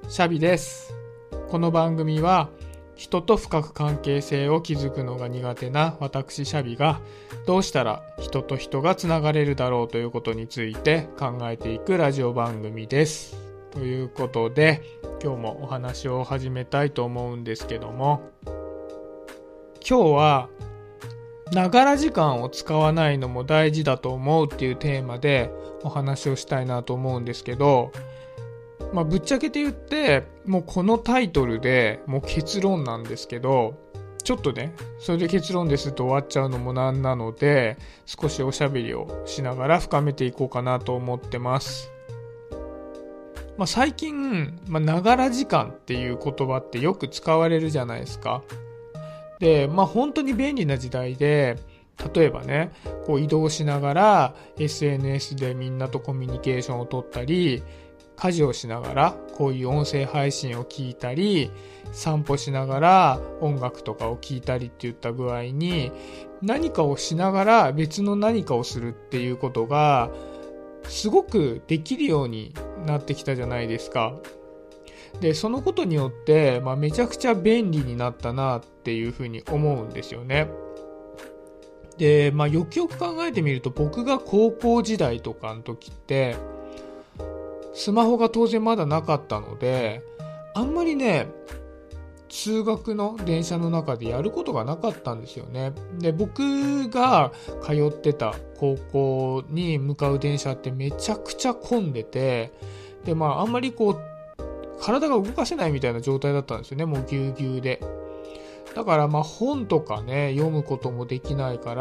シャビです。この番組は人と深く関係性を築くのが苦手な私シャビがどうしたら人と人がつながれるだろうということについて考えていくラジオ番組です。ということで今日もお話を始めたいと思うんですけども、今日はながら時間を使わないのも大事だと思うっていうテーマでお話をしたいなと思うんですけど、ぶっちゃけて言ってもうこのタイトルでもう結論なんですけど、ちょっとねそれで結論ですと終わっちゃうのもなんなので、少しおしゃべりをしながら深めていこうかなと思ってます。最近、ながら時間っていう言葉ってよく使われるじゃないですか。で、本当に便利な時代で、例えばねこう移動しながら SNS でみんなとコミュニケーションを取ったり、家事をしながらこういう音声配信を聞いたり、散歩しながら音楽とかを聞いたりっていった具合に、何かをしながら別の何かをするっていうことがすごくできるようになってきたじゃないですか。でそのことによって、めちゃくちゃ便利になったなっていうふうに思うんですよね。で、よくよく考えてみると、僕が高校時代とかの時ってスマホが当然まだなかったので、あんまりね通学の電車の中でやることがなかったんですよね。で、僕が通ってた高校に向かう電車ってめちゃくちゃ混んでて、であんまりこう体が動かせないみたいな状態だったんですよね。もうぎゅうぎゅうで。だから本とかね読むこともできないから、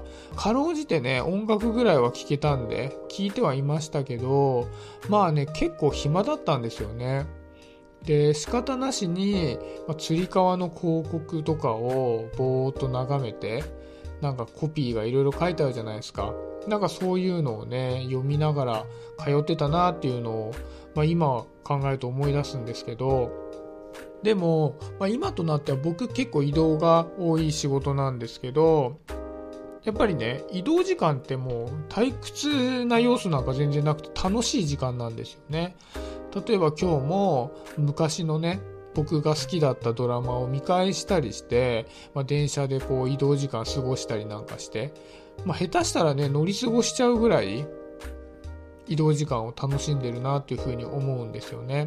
かろうじてね音楽ぐらいは聴けたんで聴いてはいましたけど、結構暇だったんですよね。で仕方なしに、つり革の広告とかをぼーっと眺めて、なんかコピーがいろいろ書いてあるじゃないですか。なんかそういうのをね読みながら通ってたなっていうのを、今考えると思い出すんですけど、でも、今となっては僕結構移動が多い仕事なんですけど、やっぱりね移動時間ってもう退屈な要素なんか全然なくて楽しい時間なんですよね。例えば今日も昔のね僕が好きだったドラマを見返したりして、電車でこう移動時間過ごしたりなんかして、下手したらね乗り過ごしちゃうぐらい移動時間を楽しんでるなっていうふうに思うんですよね。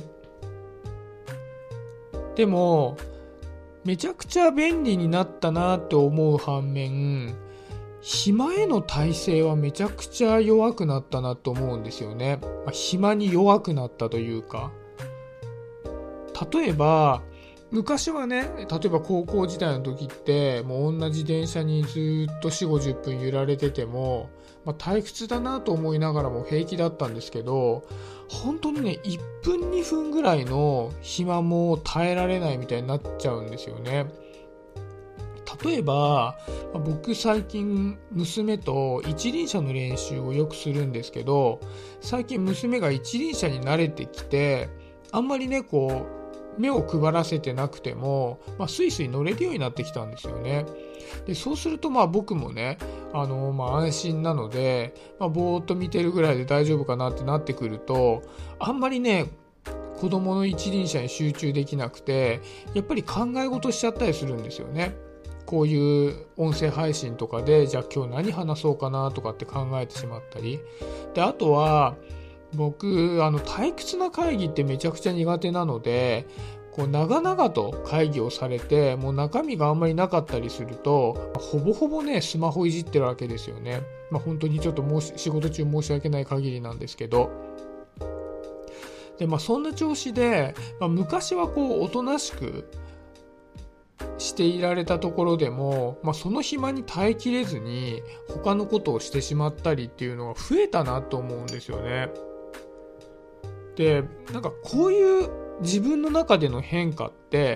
でもめちゃくちゃ便利になったなって思う反面、暇への耐性はめちゃくちゃ弱くなったなと思うんですよね。暇に弱くなったというか、例えば昔はね、例えば高校時代の時ってもう同じ電車にずっと4、50分揺られてても、退屈だなと思いながらも平気だったんですけど、本当にね1分2分ぐらいの暇も耐えられないみたいになっちゃうんですよね。例えば僕最近娘と一輪車の練習をよくするんですけど、最近娘が一輪車に慣れてきて、あんまりねこう目を配らせてなくても、スイスイ乗れるようになってきたんですよね。でそうすると僕もね安心なので、ぼーっと見てるぐらいで大丈夫かなってなってくると、あんまりね子供の一輪車に集中できなくて、やっぱり考え事しちゃったりするんですよね。こういう音声配信とかでじゃあ今日何話そうかなとかって考えてしまったりで、あとは僕退屈な会議ってめちゃくちゃ苦手なので、こう長々と会議をされてもう中身があんまりなかったりすると、ほぼほぼねスマホいじってるわけですよね。本当にちょっと仕事中申し訳ない限りなんですけど、でそんな調子で、昔はこうおとなしくしていられたところでも、その暇に耐えきれずに他のことをしてしまったりっていうのが増えたなと思うんですよね。でなんかこういう自分の中での変化って、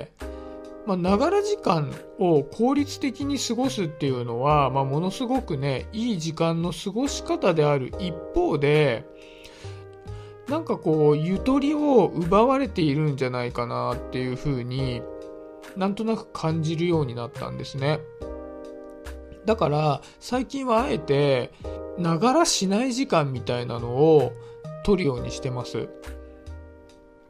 ながら時間を効率的に過ごすっていうのは、ものすごくねいい時間の過ごし方である一方で、なんかこうゆとりを奪われているんじゃないかなっていうふうになんとなく感じるようになったんですね。だから最近はあえてながらしない時間みたいなのを取るようにしてます。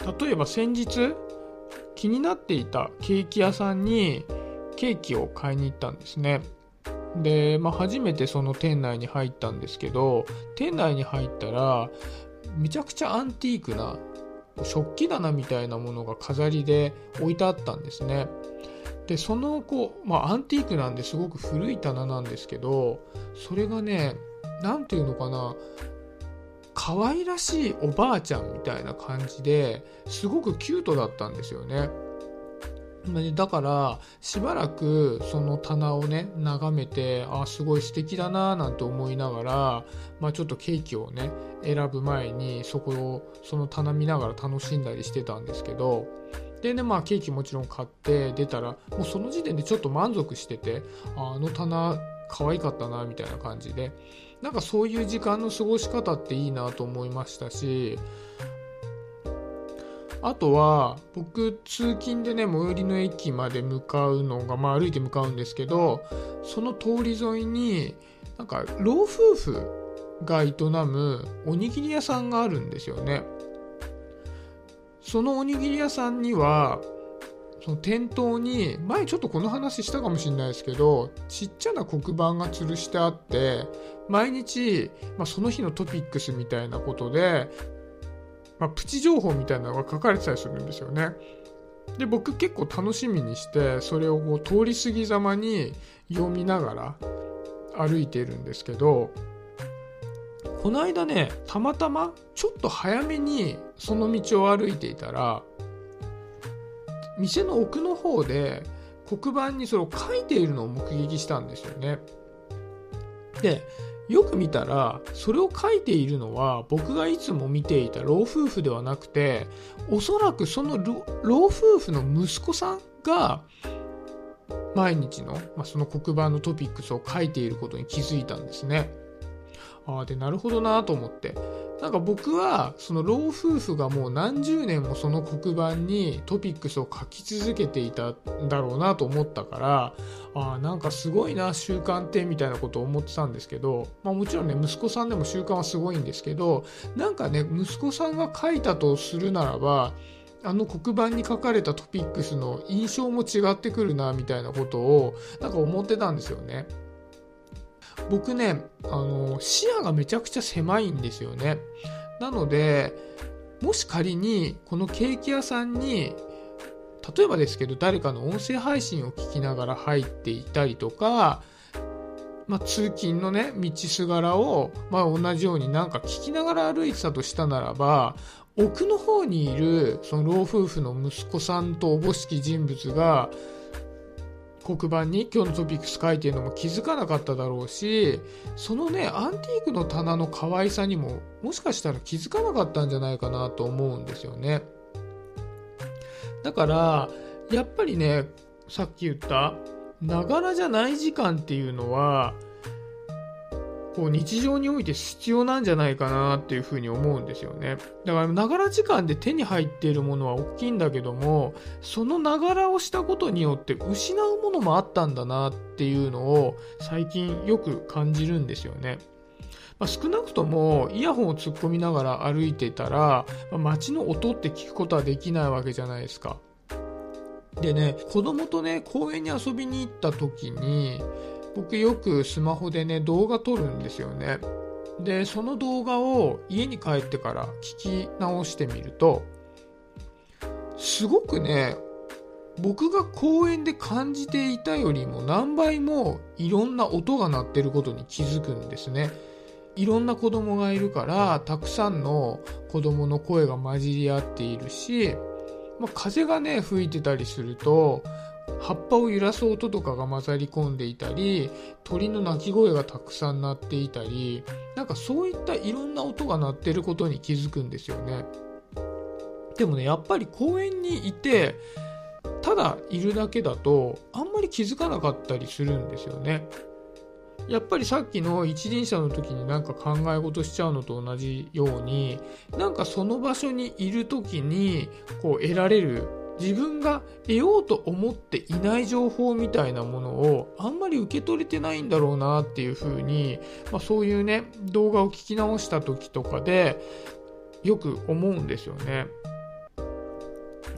例えば先日気になっていたケーキ屋さんにケーキを買いに行ったんですね。で、初めてその店内に入ったんですけど、店内に入ったらめちゃくちゃアンティークな食器棚みたいなものが飾りで置いてあったんですね。でそのアンティークなんですごく古い棚なんですけど、それがね、なんていうのかな、可愛らしいおばあちゃんみたいな感じですごくキュートだったんですよね。だからしばらくその棚をね眺めて、すごい素敵だななんて思いながら、ちょっとケーキをね選ぶ前にその棚見ながら楽しんだりしてたんですけど、でね、ケーキもちろん買って出たら、もうその時点でちょっと満足してて、あの棚可愛かったなみたいな感じで、なんかそういう時間の過ごし方っていいなと思いましたし、あとは僕通勤でね最寄りの駅まで向かうのが、歩いて向かうんですけど、その通り沿いになんか老夫婦が営むおにぎり屋さんがあるんですよね。そのおにぎり屋さんにはその店頭に、前ちょっとこの話したかもしれないですけど、ちっちゃな黒板が吊るしてあって、毎日、その日のトピックスみたいなことで、プチ情報みたいなのが書かれてたりするんですよね。で僕結構楽しみにしてそれを通り過ぎざまに読みながら歩いているんですけど、この間ねたまたまちょっと早めにその道を歩いていたら、店の奥の方で黒板にそれを書いているのを目撃したんですよね。でよく見たらそれを書いているのは僕がいつも見ていた老夫婦ではなくて、おそらくその老夫婦の息子さんが毎日の、その黒板のトピックスを書いていることに気づいたんですね。でなるほどなと思って、なんか僕はその老夫婦がもう何十年もその黒板にトピックスを書き続けていたんだろうなと思ったから、なんかすごいな習慣ってみたいなことを思ってたんですけど、もちろんね息子さんでも習慣はすごいんですけど、なんかね息子さんが書いたとするならば、あの黒板に書かれたトピックスの印象も違ってくるなみたいなことをなんか思ってたんですよね。僕ね、視野がめちゃくちゃ狭いんですよね。なのでもし仮にこのケーキ屋さんに例えばですけど誰かの音声配信を聞きながら入っていたりとか、通勤のね道すがらを、同じようになんか聞きながら歩いてたとしたならば、奥の方にいるその老夫婦の息子さんとおぼしき人物が黒板に今日のトピックス書いてるのも気づかなかっただろうし、そのねアンティークの棚の可愛さにももしかしたら気づかなかったんじゃないかなと思うんですよね。だからやっぱりね、さっき言ったながらじゃない時間っていうのは日常において必要なんじゃないかなっていうふうに思うんですよね。だからながら時間で手に入っているものは大きいんだけども、そのながらをしたことによって失うものもあったんだなっていうのを最近よく感じるんですよね。少なくともイヤホンを突っ込みながら歩いてたら、街の音って聞くことはできないわけじゃないですか。でね、子供とね公園に遊びに行った時に僕よくスマホでね動画撮るんですよね。でその動画を家に帰ってから聞き直してみると、すごくね僕が公園で感じていたよりも何倍もいろんな音が鳴ってることに気づくんですね。いろんな子供がいるからたくさんの子供の声が混じり合っているし、風がね吹いてたりすると葉っぱを揺らす音とかが混ざり込んでいたり、鳥の鳴き声がたくさん鳴っていたり、なんかそういったいろんな音が鳴ってることに気づくんですよね。でもねやっぱり公園にいてただいるだけだとあんまり気づかなかったりするんですよね。やっぱりさっきの一輪車の時になんか考え事しちゃうのと同じように、なんかその場所にいる時に得られる自分が得ようと思っていない情報みたいなものをあんまり受け取れてないんだろうなっていうふうに、そういうね動画を聞き直した時とかでよく思うんですよね。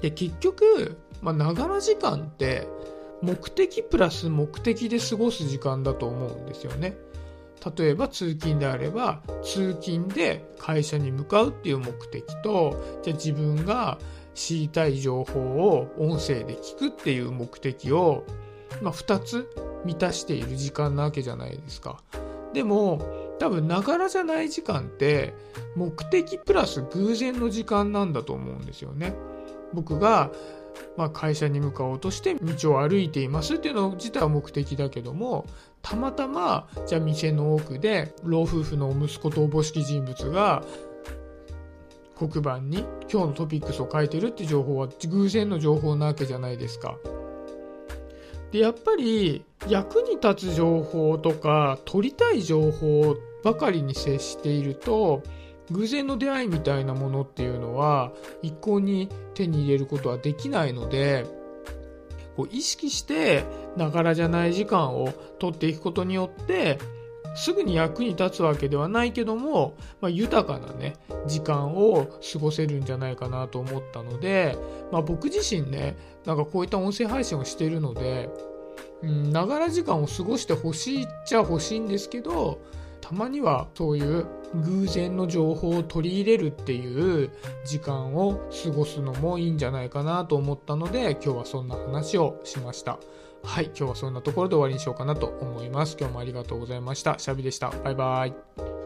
で、結局、ながら時間って目的プラス目的で過ごす時間だと思うんですよね。例えば通勤であれば、通勤で会社に向かうっていう目的と、じゃあ自分が知りたい情報を音声で聞くっていう目的を、2つ満たしている時間なわけじゃないですか。でも多分ながらじゃない時間って目的プラス偶然の時間なんだと思うんですよね。僕が会社に向かおうとして道を歩いていますっていうの自体は目的だけども、たまたまじゃあ店の奥で老夫婦の息子とおぼしき人物が黒板に今日のトピックスを書いてるって情報は偶然の情報なわけじゃないですか。で、やっぱり役に立つ情報とか取りたい情報ばかりに接していると、偶然の出会いみたいなものっていうのは一向に手に入れることはできないので、意識してながらじゃない時間を取っていくことによってすぐに役に立つわけではないけども、豊かなね時間を過ごせるんじゃないかなと思ったので、僕自身ね、こういった音声配信をしているので、ながら時間を過ごしてほしいっちゃ欲しいんですけど、たまにはそういう偶然の情報を取り入れるっていう時間を過ごすのもいいんじゃないかなと思ったので、今日はそんな話をしました。はい、今日はそんなところで終わりにしようかなと思います。今日もありがとうございました。シャビでした。バイバイ。